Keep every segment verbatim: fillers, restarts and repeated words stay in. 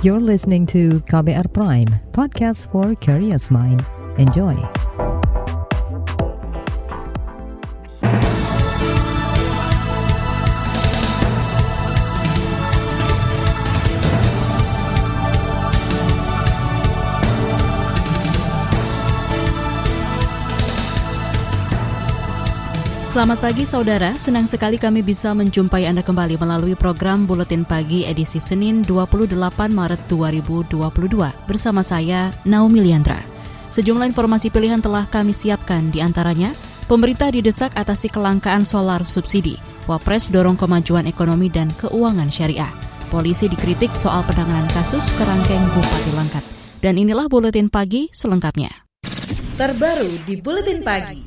You're listening to K B R Prime, podcast for curious mind. Enjoy. Selamat pagi saudara, senang sekali kami bisa menjumpai Anda kembali melalui program Buletin Pagi edisi Senin dua puluh delapan Maret dua ribu dua puluh dua bersama saya Naomi Liandra. Sejumlah informasi pilihan telah kami siapkan, di antaranya pemerintah didesak atasi kelangkaan solar subsidi, Wapres dorong kemajuan ekonomi dan keuangan syariah, polisi dikritik soal penanganan kasus kerangkeng Bupati Langkat. Dan inilah Buletin Pagi selengkapnya. Terbaru di Buletin Pagi.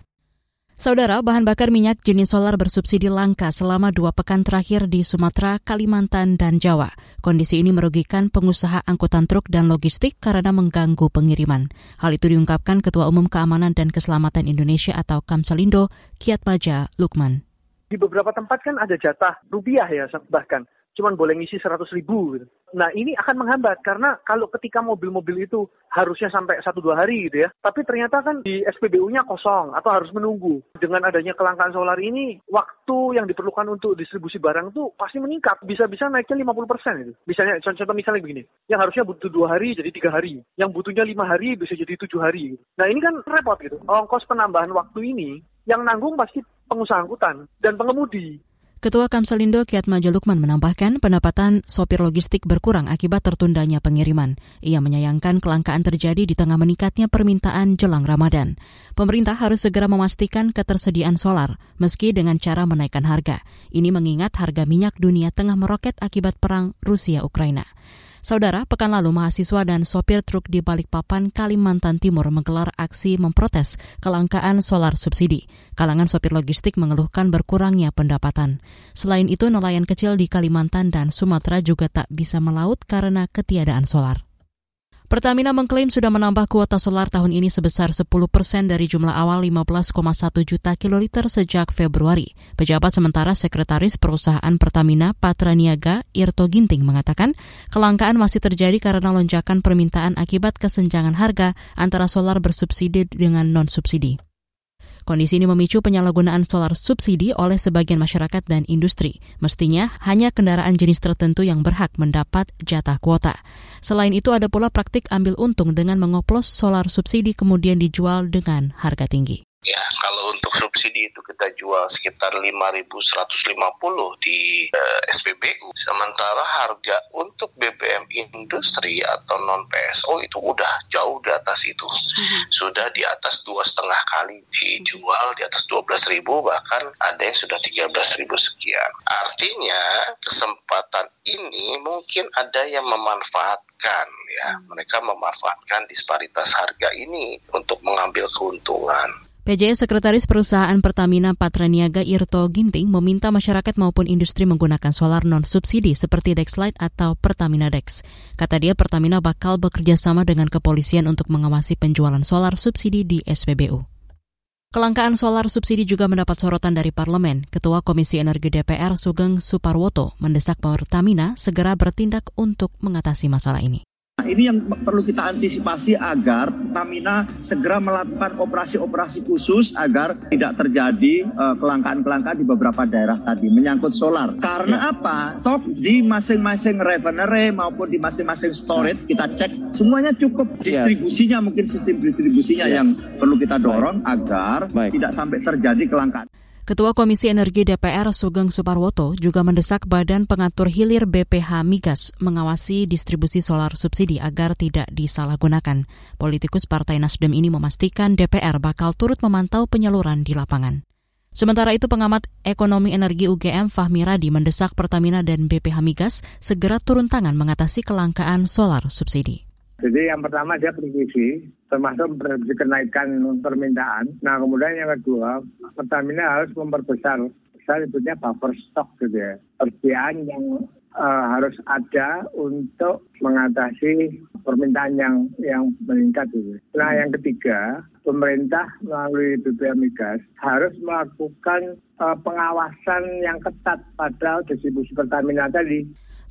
Saudara, bahan bakar minyak jenis solar bersubsidi langka selama dua pekan terakhir di Sumatera, Kalimantan, dan Jawa. Kondisi ini merugikan pengusaha angkutan truk dan logistik karena mengganggu pengiriman. Hal itu diungkapkan Ketua Umum Keamanan dan Keselamatan Indonesia atau Kamselindo, Kiatmaja Lukman. Di beberapa tempat kan ada jatah rupiah ya, bahkan cuman boleh ngisi seratus ribu gitu. Nah ini akan menghambat karena kalau ketika mobil-mobil itu harusnya sampai satu dua hari gitu ya, tapi ternyata kan di S P B U-nya kosong atau harus menunggu. Dengan adanya kelangkaan solar ini, waktu yang diperlukan untuk distribusi barang tuh pasti meningkat, bisa-bisa naiknya lima puluh persen gitu. Misalnya, contoh misalnya begini, yang harusnya butuh dua hari jadi tiga hari, yang butuhnya lima hari bisa jadi tujuh hari gitu. Nah ini kan repot gitu, ongkos penambahan waktu ini yang nanggung pasti pengusaha angkutan dan pengemudi. Ketua Kamselindo Kiatmaja Lukman menambahkan pendapatan sopir logistik berkurang akibat tertundanya pengiriman. Ia menyayangkan kelangkaan terjadi di tengah meningkatnya permintaan jelang Ramadan. Pemerintah harus segera memastikan ketersediaan solar, meski dengan cara menaikkan harga. Ini mengingat harga minyak dunia tengah meroket akibat perang Rusia-Ukraina. Saudara, pekan lalu mahasiswa dan sopir truk di Balikpapan, Kalimantan Timur menggelar aksi memprotes kelangkaan solar subsidi. Kalangan sopir logistik mengeluhkan berkurangnya pendapatan. Selain itu, nelayan kecil di Kalimantan dan Sumatera juga tak bisa melaut karena ketiadaan solar. Pertamina mengklaim sudah menambah kuota solar tahun ini sebesar sepuluh persen dari jumlah awal lima belas koma satu juta kiloliter sejak Februari. Pejabat sementara Sekretaris Perusahaan Pertamina Patraniaga Irto Ginting mengatakan kelangkaan masih terjadi karena lonjakan permintaan akibat kesenjangan harga antara solar bersubsidi dengan non-subsidi. Kondisi ini memicu penyalahgunaan solar subsidi oleh sebagian masyarakat dan industri. Mestinya hanya kendaraan jenis tertentu yang berhak mendapat jatah kuota. Selain itu ada pula praktik ambil untung dengan mengoplos solar subsidi kemudian dijual dengan harga tinggi. Ya, kalau untuk subsidi itu kita jual sekitar lima ribu seratus lima puluh di uh, S P B U. Sementara harga untuk B B M industri atau non-P S O itu udah jauh di atas itu. Mm-hmm. Sudah di atas dua setengah kali dijual, di atas dua belas ribu, bahkan ada yang sudah tiga belas ribu sekian. Artinya kesempatan ini mungkin ada yang memanfaatkan, ya. Mm-hmm. Mereka memanfaatkan disparitas harga ini untuk mengambil keuntungan. P J S Sekretaris Perusahaan Pertamina Patraniaga Irto Ginting meminta masyarakat maupun industri menggunakan solar non-subsidi seperti Dexlight atau Pertamina Dex. Kata dia, Pertamina bakal bekerja sama dengan kepolisian untuk mengawasi penjualan solar subsidi di S P B U. Kelangkaan solar subsidi juga mendapat sorotan dari Parlemen. Ketua Komisi Energi D P R Sugeng Suparwoto mendesak Pertamina segera bertindak untuk mengatasi masalah ini. Nah, ini yang perlu kita antisipasi agar Pertamina segera melakukan operasi-operasi khusus agar tidak terjadi uh, kelangkaan-kelangkaan di beberapa daerah tadi menyangkut solar. Karena ya. Apa? Stok di masing-masing refinery maupun di masing-masing storage kita cek semuanya cukup. Distribusinya yes. Mungkin sistem distribusinya yes. Yang perlu kita dorong Baik. Agar Baik. Tidak sampai terjadi kelangkaan. Ketua Komisi Energi D P R Sugeng Suparwoto juga mendesak Badan Pengatur Hilir B P H Migas mengawasi distribusi solar subsidi agar tidak disalahgunakan. Politikus Partai Nasdem ini memastikan D P R bakal turut memantau penyaluran di lapangan. Sementara itu pengamat ekonomi energi U G M Fahmi Radi mendesak Pertamina dan B P H Migas segera turun tangan mengatasi kelangkaan solar subsidi. Jadi yang pertama dia prediksi, termasuk prediksi kenaikan permintaan. Nah kemudian yang kedua, Pertamina harus memperbesar, saya sebutnya buffer stock gitu ya. Persediaan yang uh, harus ada untuk mengatasi permintaan yang yang meningkat gitu. Nah yang ketiga, pemerintah melalui B P H Migas harus melakukan uh, pengawasan yang ketat pada distribusi Pertamina tadi.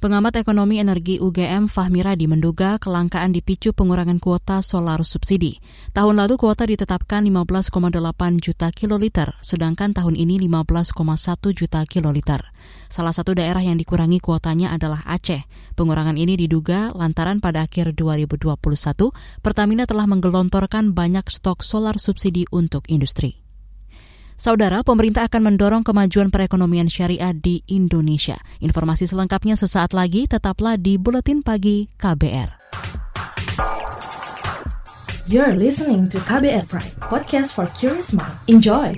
Pengamat ekonomi energi U G M Fahmi Radi menduga kelangkaan dipicu pengurangan kuota solar subsidi. Tahun lalu kuota ditetapkan lima belas koma delapan juta kiloliter, sedangkan tahun ini lima belas koma satu juta kiloliter. Salah satu daerah yang dikurangi kuotanya adalah Aceh. Pengurangan ini diduga lantaran pada akhir dua ribu dua puluh satu, Pertamina telah menggelontorkan banyak stok solar subsidi untuk industri. Saudara, pemerintah akan mendorong kemajuan perekonomian syariah di Indonesia. Informasi selengkapnya sesaat lagi, tetaplah di Buletin Pagi K B R. You're listening to K B R Prime, podcast for curious mind. Enjoy!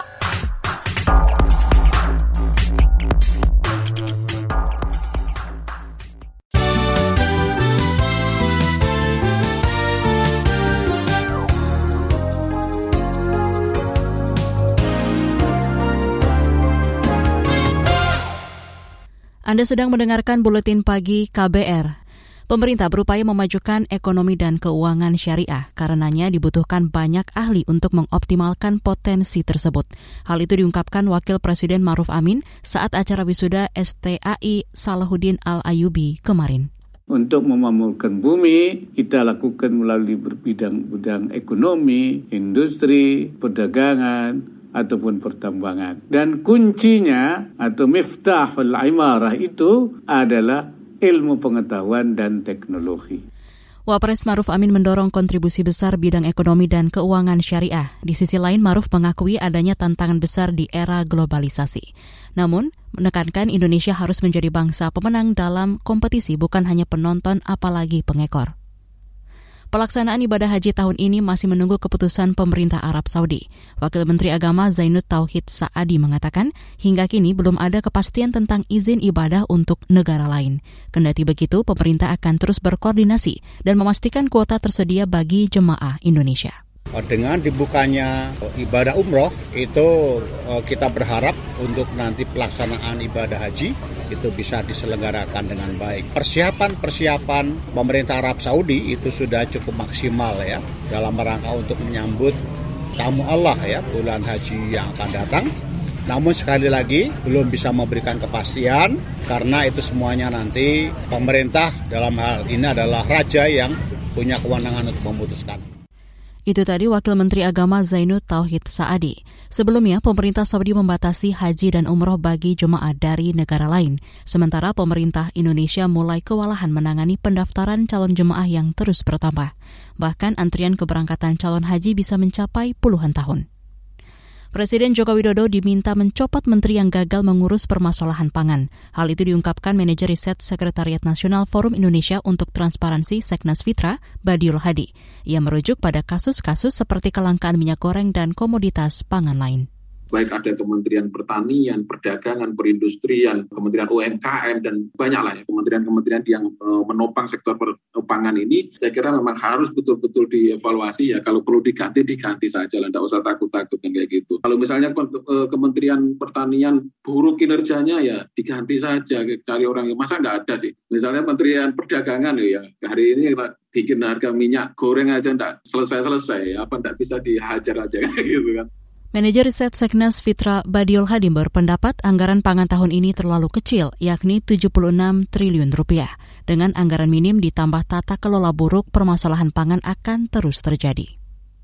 Anda sedang mendengarkan Buletin Pagi K B R. Pemerintah berupaya memajukan ekonomi dan keuangan syariah, karenanya dibutuhkan banyak ahli untuk mengoptimalkan potensi tersebut. Hal itu diungkapkan Wakil Presiden Ma'ruf Amin saat acara wisuda S T A I Salahuddin Al-Ayyubi kemarin. Untuk memakmurkan bumi, kita lakukan melalui berbidang-bidang ekonomi, industri, perdagangan, ataupun pertambangan. Dan kuncinya atau miftahul imarah itu adalah ilmu pengetahuan dan teknologi. Wapres Ma'ruf Amin mendorong kontribusi besar bidang ekonomi dan keuangan syariah. Di sisi lain, Ma'ruf mengakui adanya tantangan besar di era globalisasi. Namun, menekankan Indonesia harus menjadi bangsa pemenang dalam kompetisi, bukan hanya penonton apalagi pengekor. Pelaksanaan ibadah haji tahun ini masih menunggu keputusan pemerintah Arab Saudi. Wakil Menteri Agama Zainud Tauhid Sa'adi mengatakan, hingga kini belum ada kepastian tentang izin ibadah untuk negara lain. Kendati begitu, pemerintah akan terus berkoordinasi dan memastikan kuota tersedia bagi jemaah Indonesia. Dengan dibukanya ibadah umroh, itu kita berharap untuk nanti pelaksanaan ibadah haji itu bisa diselenggarakan dengan baik. Persiapan-persiapan pemerintah Arab Saudi itu sudah cukup maksimal ya, dalam rangka untuk menyambut tamu Allah ya, bulan haji yang akan datang. Namun sekali lagi belum bisa memberikan kepastian karena itu semuanya nanti pemerintah dalam hal ini adalah raja yang punya kewenangan untuk memutuskan. Itu tadi Wakil Menteri Agama Zainud Tauhid Sa'adi. Sebelumnya, pemerintah Saudi membatasi haji dan umroh bagi jemaah dari negara lain. Sementara pemerintah Indonesia mulai kewalahan menangani pendaftaran calon jemaah yang terus bertambah. Bahkan antrian keberangkatan calon haji bisa mencapai puluhan tahun. Presiden Joko Widodo diminta mencopot menteri yang gagal mengurus permasalahan pangan. Hal itu diungkapkan Manajer Riset Sekretariat Nasional Forum Indonesia untuk Transparansi Seknas Fitra, Badiul Hadi. Ia merujuk pada kasus-kasus seperti kelangkaan minyak goreng dan komoditas pangan lain. Baik ada Kementerian Pertanian, Perdagangan, Perindustrian, Kementerian U M K M, dan banyaklah ya kementerian-kementerian yang uh, menopang sektor pangan ini. Saya kira memang harus betul-betul dievaluasi ya. Kalau perlu diganti, diganti saja lah. Tidak usah takut-takut kan kayak gitu. Kalau misalnya uh, Kementerian Pertanian buruk kinerjanya ya diganti saja. Cari orang yang masa nggak ada sih. Misalnya Kementerian Perdagangan ya hari ini bikin harga minyak goreng aja nggak selesai-selesai. Apa nggak bisa dihajar aja kayak gitu kan. Manajer Riset Seknas Fitra Badiul Hadi berpendapat anggaran pangan tahun ini terlalu kecil, yakni tujuh puluh enam triliun rupiah. Dengan anggaran minim ditambah tata kelola buruk, permasalahan pangan akan terus terjadi.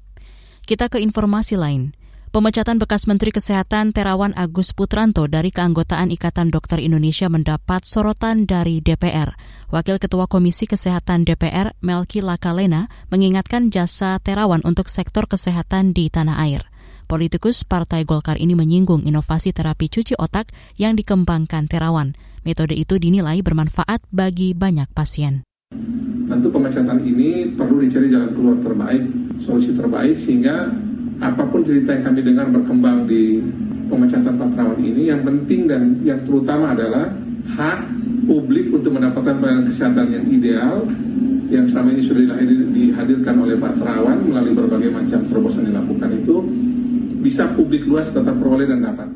Kita ke informasi lain. Pemecatan bekas Menteri Kesehatan Terawan Agus Putranto dari keanggotaan Ikatan Dokter Indonesia mendapat sorotan dari D P R. Wakil Ketua Komisi Kesehatan D P R, Melki Lakalena, mengingatkan jasa Terawan untuk sektor kesehatan di tanah air. Politikus Partai Golkar ini menyinggung inovasi terapi cuci otak yang dikembangkan Terawan. Metode itu dinilai bermanfaat bagi banyak pasien. Tentu pemecatan ini perlu dicari jalan keluar terbaik, solusi terbaik, sehingga apapun cerita yang kami dengar berkembang di pemecatan Pak Terawan ini, yang penting dan yang terutama adalah hak publik untuk mendapatkan pelayanan kesehatan yang ideal, yang selama ini sudah dihadirkan oleh Pak Terawan melalui berbagai macam terobosan dilakukan itu, bisa publik luas tetap peroleh dan dapatkan.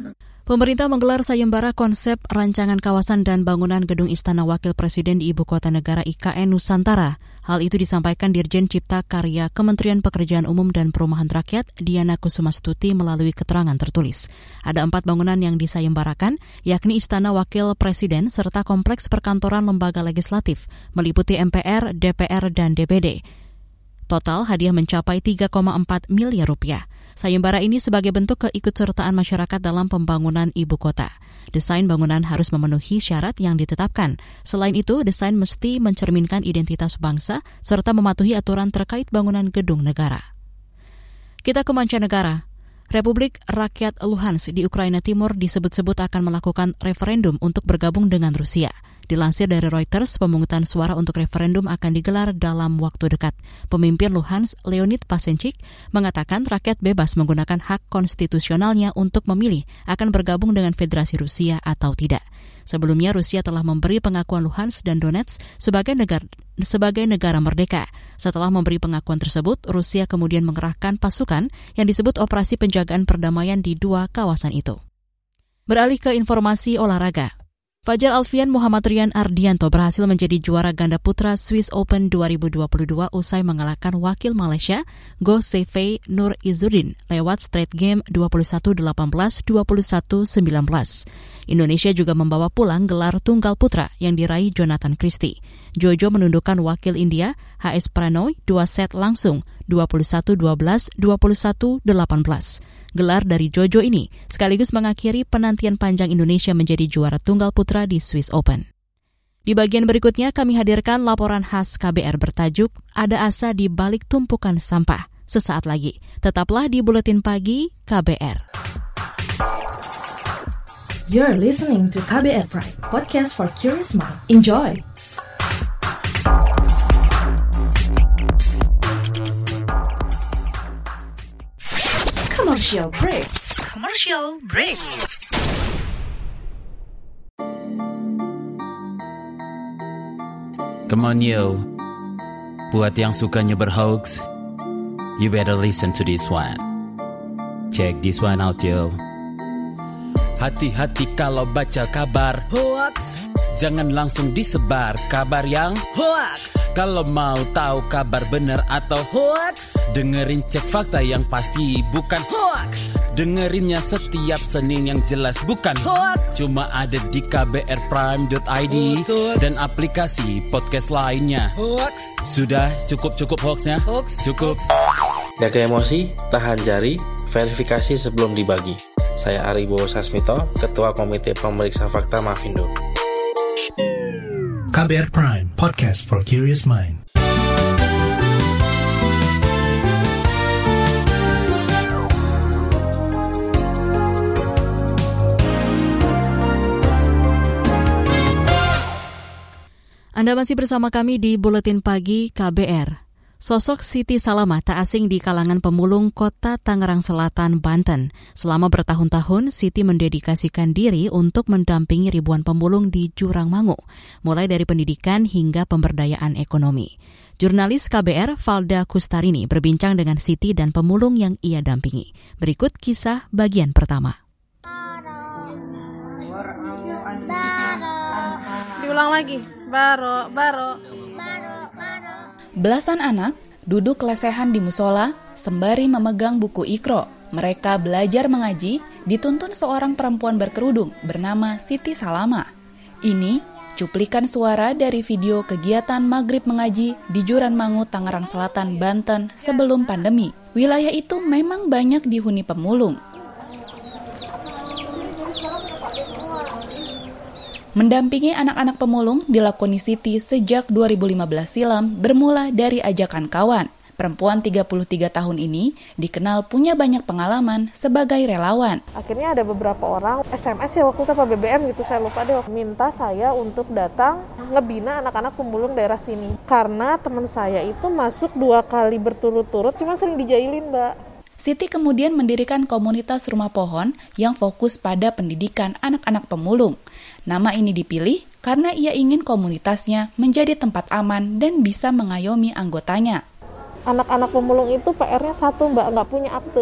Pemerintah menggelar sayembara konsep rancangan kawasan dan bangunan gedung Istana Wakil Presiden di Ibu Kota Negara I K N Nusantara. Hal itu disampaikan Dirjen Cipta Karya Kementerian Pekerjaan Umum dan Perumahan Rakyat Diana Kusumastuti melalui keterangan tertulis. Ada empat bangunan yang disayembarakan, yakni Istana Wakil Presiden serta kompleks perkantoran lembaga legislatif, meliputi M P R, D P R, dan D P D. Total hadiah mencapai tiga koma empat miliar rupiah. Sayembara ini sebagai bentuk keikutsertaan masyarakat dalam pembangunan ibu kota. Desain bangunan harus memenuhi syarat yang ditetapkan. Selain itu, desain mesti mencerminkan identitas bangsa serta mematuhi aturan terkait bangunan gedung negara. Kita ke mancanegara. Republik Rakyat Luhansk di Ukraina Timur disebut-sebut akan melakukan referendum untuk bergabung dengan Rusia. Dilansir dari Reuters, pemungutan suara untuk referendum akan digelar dalam waktu dekat. Pemimpin Luhansk, Leonid Pasenchik, mengatakan rakyat bebas menggunakan hak konstitusionalnya untuk memilih akan bergabung dengan Federasi Rusia atau tidak. Sebelumnya, Rusia telah memberi pengakuan Luhansk dan Donetsk sebagai negara, sebagai negara merdeka. Setelah memberi pengakuan tersebut, Rusia kemudian mengerahkan pasukan yang disebut Operasi Penjagaan Perdamaian di dua kawasan itu. Beralih ke informasi olahraga. Fajar Alfian Muhammad Rian Ardianto berhasil menjadi juara ganda putra Swiss Open dua ribu dua puluh dua usai mengalahkan wakil Malaysia, Goh Sefei Nur Izzuddin lewat straight game dua puluh satu delapan belas, dua puluh satu sembilan belas. Indonesia juga membawa pulang gelar tunggal putra yang diraih Jonathan Christie. Jojo menundukkan wakil India, H S Pranoy, dua set langsung, dua puluh satu dua belas, dua puluh satu delapan belas. Gelar dari Jojo ini sekaligus mengakhiri penantian panjang Indonesia menjadi juara tunggal putra di Swiss Open. Di bagian berikutnya kami hadirkan laporan khas K B R bertajuk Ada Asa di Balik Tumpukan Sampah. Sesaat lagi, tetaplah di Buletin Pagi K B R. You're listening to K B R Prime, podcast for curious mind. Enjoy! Commercial break. Commercial break. Come on yo, buat yang sukanya berhoax, you better listen to this one. Check this one out yo. Hati-hati kalau baca kabar hoax, jangan langsung disebar kabar yang hoax. Kalau mau tahu kabar benar atau hoax, dengerin cek fakta yang pasti bukan hoax. Dengerinnya setiap Senin yang jelas bukan hoax. Cuma ada di k b r prime dot i d hoax. Dan aplikasi podcast lainnya. Hoax. Sudah cukup-cukup hoaxnya? Hoax. Cukup. Jaga emosi, tahan jari, verifikasi sebelum dibagi. Saya Aribo Sasmito, Ketua Komite Pemeriksa Fakta Mafindo. K B R Prime, podcast for curious mind. Anda masih bersama kami di Buletin Pagi K B R. Sosok Siti Salamah tak asing di kalangan pemulung kota Tangerang Selatan, Banten. Selama bertahun-tahun, Siti mendedikasikan diri untuk mendampingi ribuan pemulung di Jurang Mangu, mulai dari pendidikan hingga pemberdayaan ekonomi. Jurnalis K B R, Valda Kustarini, berbincang dengan Siti dan pemulung yang ia dampingi. Berikut kisah bagian pertama. Diulang lagi. Baro, baro. Belasan anak duduk lesehan di musola sembari memegang buku Iqra. Mereka belajar mengaji dituntun seorang perempuan berkerudung bernama Siti Salamah. Ini cuplikan suara dari video kegiatan Maghrib mengaji di Juran Mangu, Tangerang Selatan, Banten sebelum pandemi. Wilayah itu memang banyak dihuni pemulung. Mendampingi anak-anak pemulung dilakoni Siti sejak dua ribu lima belas silam bermula dari ajakan kawan. Perempuan tiga puluh tiga tahun ini dikenal punya banyak pengalaman sebagai relawan. Akhirnya ada beberapa orang S M S ya waktu itu apa B B M gitu saya lupa deh, minta saya untuk datang ngebina anak-anak pemulung daerah sini. Karena teman saya itu masuk dua kali berturut-turut cuma sering dijailin, Mbak. Siti kemudian mendirikan komunitas Rumah Pohon yang fokus pada pendidikan anak-anak pemulung. Nama ini dipilih karena ia ingin komunitasnya menjadi tempat aman dan bisa mengayomi anggotanya. Anak-anak pemulung itu P R-nya satu, Mbak, nggak punya akte.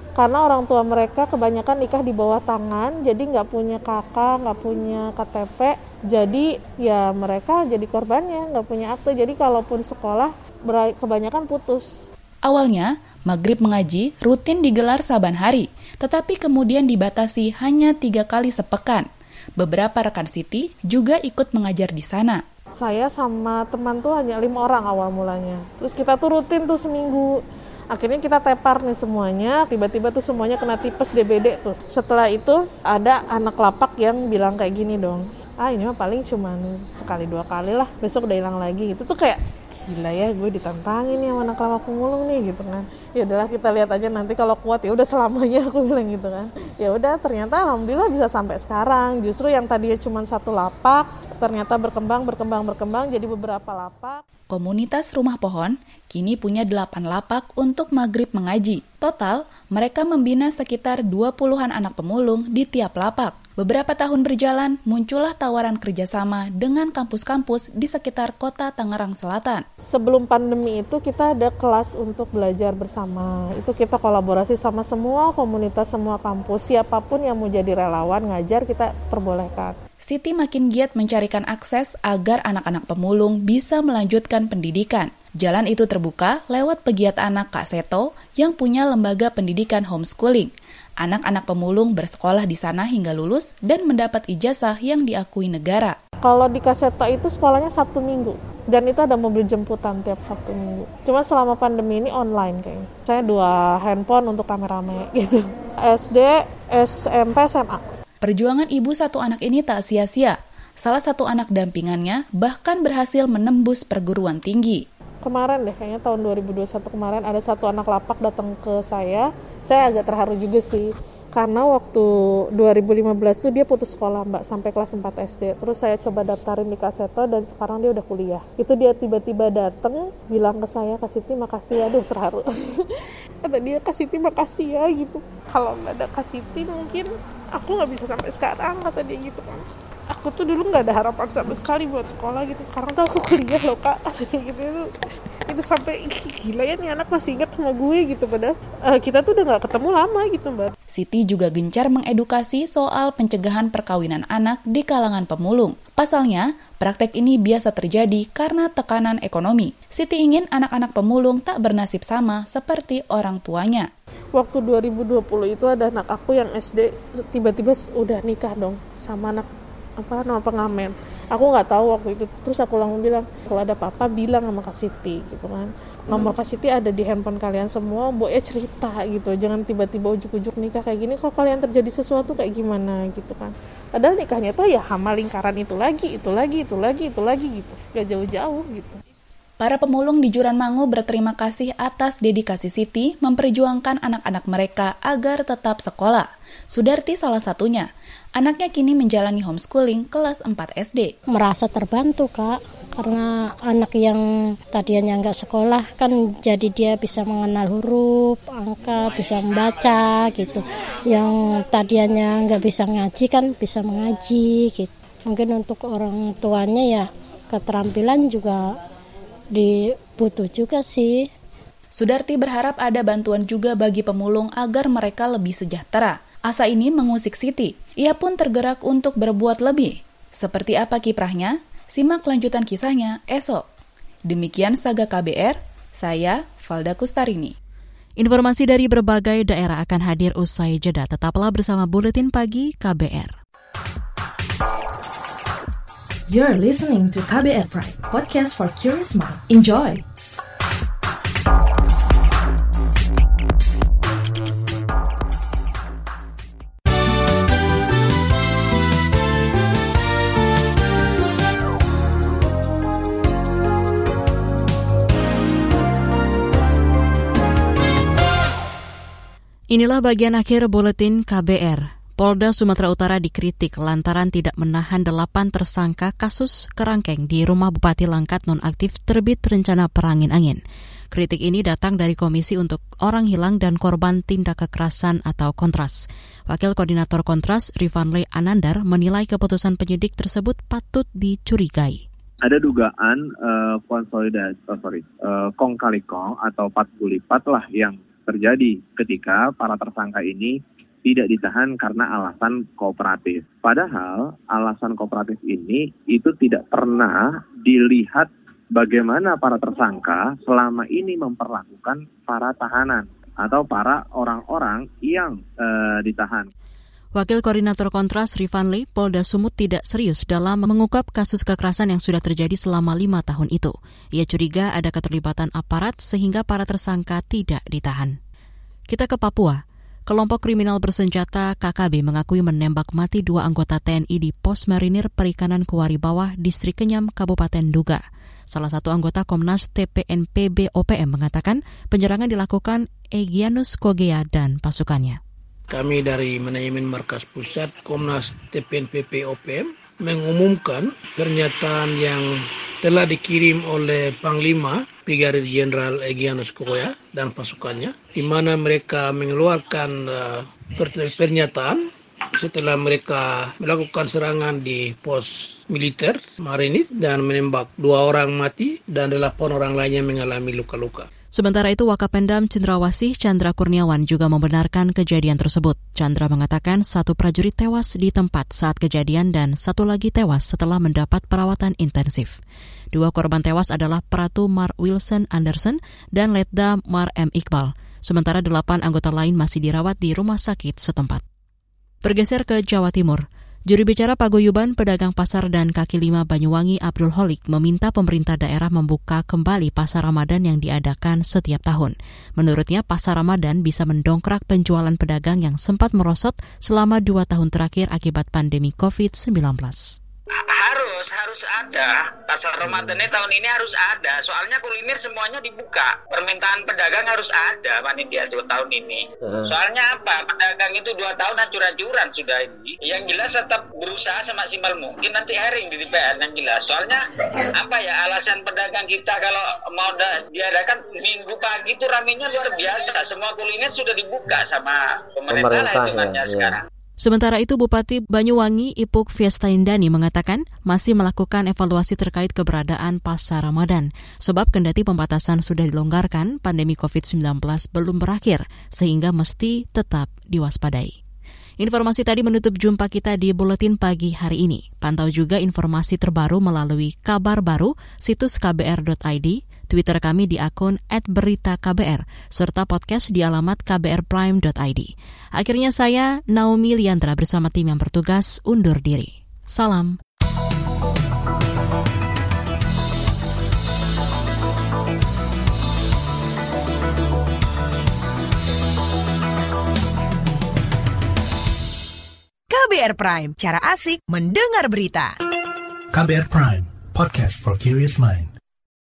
Karena orang tua mereka kebanyakan nikah di bawah tangan, jadi nggak punya kakak, nggak punya K T P, jadi ya mereka jadi korbannya, nggak punya akte. Jadi kalaupun sekolah, kebanyakan putus. Awalnya, maghrib mengaji rutin digelar saban hari, tetapi kemudian dibatasi hanya tiga kali sepekan. Beberapa rekan Siti juga ikut mengajar di sana. Saya sama teman tuh hanya lima orang awal mulanya. Terus kita tuh rutin tuh seminggu. Akhirnya kita tepar nih semuanya, tiba-tiba tuh semuanya kena tipes D B D tuh. Setelah itu ada anak lapak yang bilang kayak gini dong, ah ini mah paling cuma sekali dua kali lah, besok udah hilang lagi. Itu tuh kayak gila ya, gue ditantangin nih sama anak lapak pemulung nih gitu kan. Ya udahlah kita lihat aja nanti kalau kuat ya udah selamanya, aku bilang gitu kan. Ya udah ternyata alhamdulillah bisa sampai sekarang. Justru yang tadinya cuma satu lapak ternyata berkembang berkembang berkembang jadi beberapa lapak. Komunitas Rumah Pohon kini punya delapan lapak untuk maghrib mengaji. Total, mereka membina sekitar dua puluhan anak pemulung di tiap lapak. Beberapa tahun berjalan, muncullah tawaran kerjasama dengan kampus-kampus di sekitar kota Tangerang Selatan. Sebelum pandemi itu kita ada kelas untuk belajar bersama. Itu kita kolaborasi sama semua komunitas, semua kampus. Siapapun yang mau jadi relawan ngajar kita perbolehkan. Siti makin giat mencarikan akses agar anak-anak pemulung bisa melanjutkan pendidikan. Jalan itu terbuka lewat pegiat anak Kak Seto yang punya lembaga pendidikan homeschooling. Anak-anak pemulung bersekolah di sana hingga lulus dan mendapat ijazah yang diakui negara. Kalau di Kak Seto itu sekolahnya Sabtu Minggu. Dan itu ada mobil jemputan tiap Sabtu Minggu. Cuma selama pandemi ini online kayaknya. Saya dua handphone untuk rame-rame gitu. S D, S M P, S M A. Perjuangan ibu satu anak ini tak sia-sia. Salah satu anak dampingannya bahkan berhasil menembus perguruan tinggi. Kemarin deh, kayaknya tahun dua ribu dua puluh satu kemarin ada satu anak lapak datang ke saya. Saya agak terharu juga sih. Karena waktu dua ribu lima belas tuh dia putus sekolah Mbak, sampai kelas empat S D. Terus saya coba daftarin di Kak Seto dan sekarang dia udah kuliah. Itu dia tiba-tiba datang bilang ke saya, Kak Siti makasih ya, aduh terharu. Kata dia, Kak Siti makasih ya gitu. Kalau nggak ada Kak Siti mungkin aku nggak bisa sampai sekarang, kata dia gitu kan. Aku tuh dulu nggak ada harapan sama sekali buat sekolah gitu. Sekarang tuh aku kuliah loh Kak, katanya gitu. Itu, itu sampai gila ya nih anak masih ingat sama gue gitu. Padahal uh, kita tuh udah nggak ketemu lama gitu Mbak. Siti juga gencar mengedukasi soal pencegahan perkawinan anak di kalangan pemulung. Pasalnya, praktek ini biasa terjadi karena tekanan ekonomi. Siti ingin anak-anak pemulung tak bernasib sama seperti orang tuanya. Waktu dua ribu dua puluh itu ada anak aku yang S D tiba-tiba udah nikah dong sama anak apa nama pengamen. Aku nggak tahu waktu itu. Terus aku langsung bilang, kalau ada apa-apa bilang sama Kak Siti gitu kan. Nomor Kak Siti ada di handphone kalian semua, Boe cerita gitu. Jangan tiba-tiba ujuk-ujuk nikah kayak gini. Kalau kalian terjadi sesuatu kayak gimana gitu kan. Padahal nikahnya tuh ya hama lingkaran itu lagi, itu lagi, itu lagi, itu lagi gitu. Gak jauh-jauh gitu. Para pemulung di Juranmangu berterima kasih atas dedikasi Siti memperjuangkan anak-anak mereka agar tetap sekolah. Sudarti salah satunya. Anaknya kini menjalani homeschooling kelas empat S D. Merasa terbantu Kak, karena anak yang tadinya nggak sekolah kan jadi dia bisa mengenal huruf, angka, bisa membaca gitu. Yang tadinya nggak bisa ngaji kan bisa mengaji gitu. Mungkin untuk orang tuanya ya keterampilan juga dibutuh juga sih. Sudarti berharap ada bantuan juga bagi pemulung agar mereka lebih sejahtera. Asa ini mengusik Siti. Ia pun tergerak untuk berbuat lebih. Seperti apa kiprahnya? Simak lanjutan kisahnya esok. Demikian Saga K B R, saya Valda Kustarini. Informasi dari berbagai daerah akan hadir usai jeda. Tetaplah bersama Buletin Pagi K B R. You're listening to K B R Prime, podcast for curious mind. Enjoy! Inilah bagian akhir Buletin K B R. Polda Sumatera Utara dikritik lantaran tidak menahan delapan tersangka kasus kerangkeng di rumah Bupati Langkat nonaktif terbit rencana perangin-angin. Kritik ini datang dari Komisi untuk Orang Hilang dan Korban Tindak Kekerasan atau Kontras. Wakil Koordinator Kontras, Rifanle Anandar, menilai keputusan penyidik tersebut patut dicurigai. Ada dugaan uh, konsolidasi, oh sorry, uh, kong kali kong atau pat gulipat lah yang terjadi ketika para tersangka ini tidak ditahan karena alasan kooperatif. Padahal alasan kooperatif ini itu tidak pernah dilihat bagaimana para tersangka selama ini memperlakukan para tahanan atau para orang-orang yang uh, ditahan. Wakil Koordinator Kontras Rifanli, Polda Sumut tidak serius dalam mengungkap kasus kekerasan yang sudah terjadi selama lima tahun itu. Ia curiga ada keterlibatan aparat sehingga para tersangka tidak ditahan. Kita ke Papua. Kelompok kriminal bersenjata K K B mengakui menembak mati dua anggota T N I di Pos Marinir Perikanan Kuari Bawah, Distrik Kenyam, Kabupaten Duga. Salah satu anggota Komnas T P N P B O P M mengatakan penyerangan dilakukan Egyanus Kogea dan pasukannya. Kami dari Manajemen Markas Pusat Komnas T P N P B O P M mengumumkan pernyataan yang telah dikirim oleh Panglima Brigadir Jenderal Egyanus Kogea dan pasukannya, di mana mereka mengeluarkan uh, pernyataan setelah mereka melakukan serangan di pos militer Marinir dan menembak dua orang mati dan delapan orang lainnya mengalami luka-luka. Sementara itu, Wakapendam Cendrawasih Chandra Kurniawan juga membenarkan kejadian tersebut. Chandra mengatakan satu prajurit tewas di tempat saat kejadian dan satu lagi tewas setelah mendapat perawatan intensif. Dua korban tewas adalah Pratu Mar Wilson Anderson dan Letda Mar M. Iqbal. Sementara delapan anggota lain masih dirawat di rumah sakit setempat. Bergeser ke Jawa Timur. Juru bicara Paguyuban Pedagang Pasar dan Kaki Lima Banyuwangi Abdul Holik meminta pemerintah daerah membuka kembali pasar Ramadan yang diadakan setiap tahun. Menurutnya, pasar Ramadan bisa mendongkrak penjualan pedagang yang sempat merosot selama dua tahun terakhir akibat pandemi covid sembilan belas. Harus, harus ada. Pasar Ramadan tahun ini harus ada. Soalnya kuliner semuanya dibuka. Permintaan pedagang harus ada, panitia dua tahun ini. Soalnya apa? Pedagang itu dua tahun hancur-hancuran sudah ini. Yang jelas tetap berusaha semaksimal mungkin. Nanti hearing di D P R yang jelas. Soalnya apa ya, alasan pedagang kita kalau mau da- diadakan minggu pagi itu ramenya luar biasa. Semua kuliner sudah dibuka sama pemerintah, pemerintah lah hitungannya ya, sekarang. Ya. Sementara itu, Bupati Banyuwangi Ipuk Fiestaindani mengatakan masih melakukan evaluasi terkait keberadaan pasar Ramadan. Sebab kendati pembatasan sudah dilonggarkan, pandemi covid sembilan belas belum berakhir, sehingga mesti tetap diwaspadai. Informasi tadi menutup jumpa kita di Buletin Pagi hari ini. Pantau juga informasi terbaru melalui Kabar Baru, situs k b r dot i d, Twitter kami di akun et berita k b r, serta podcast di alamat k b r prime dot i d. Akhirnya saya, Naomi Liandra, bersama tim yang bertugas undur diri. Salam. K B R Prime, cara asik mendengar berita. K B R Prime, podcast for curious mind.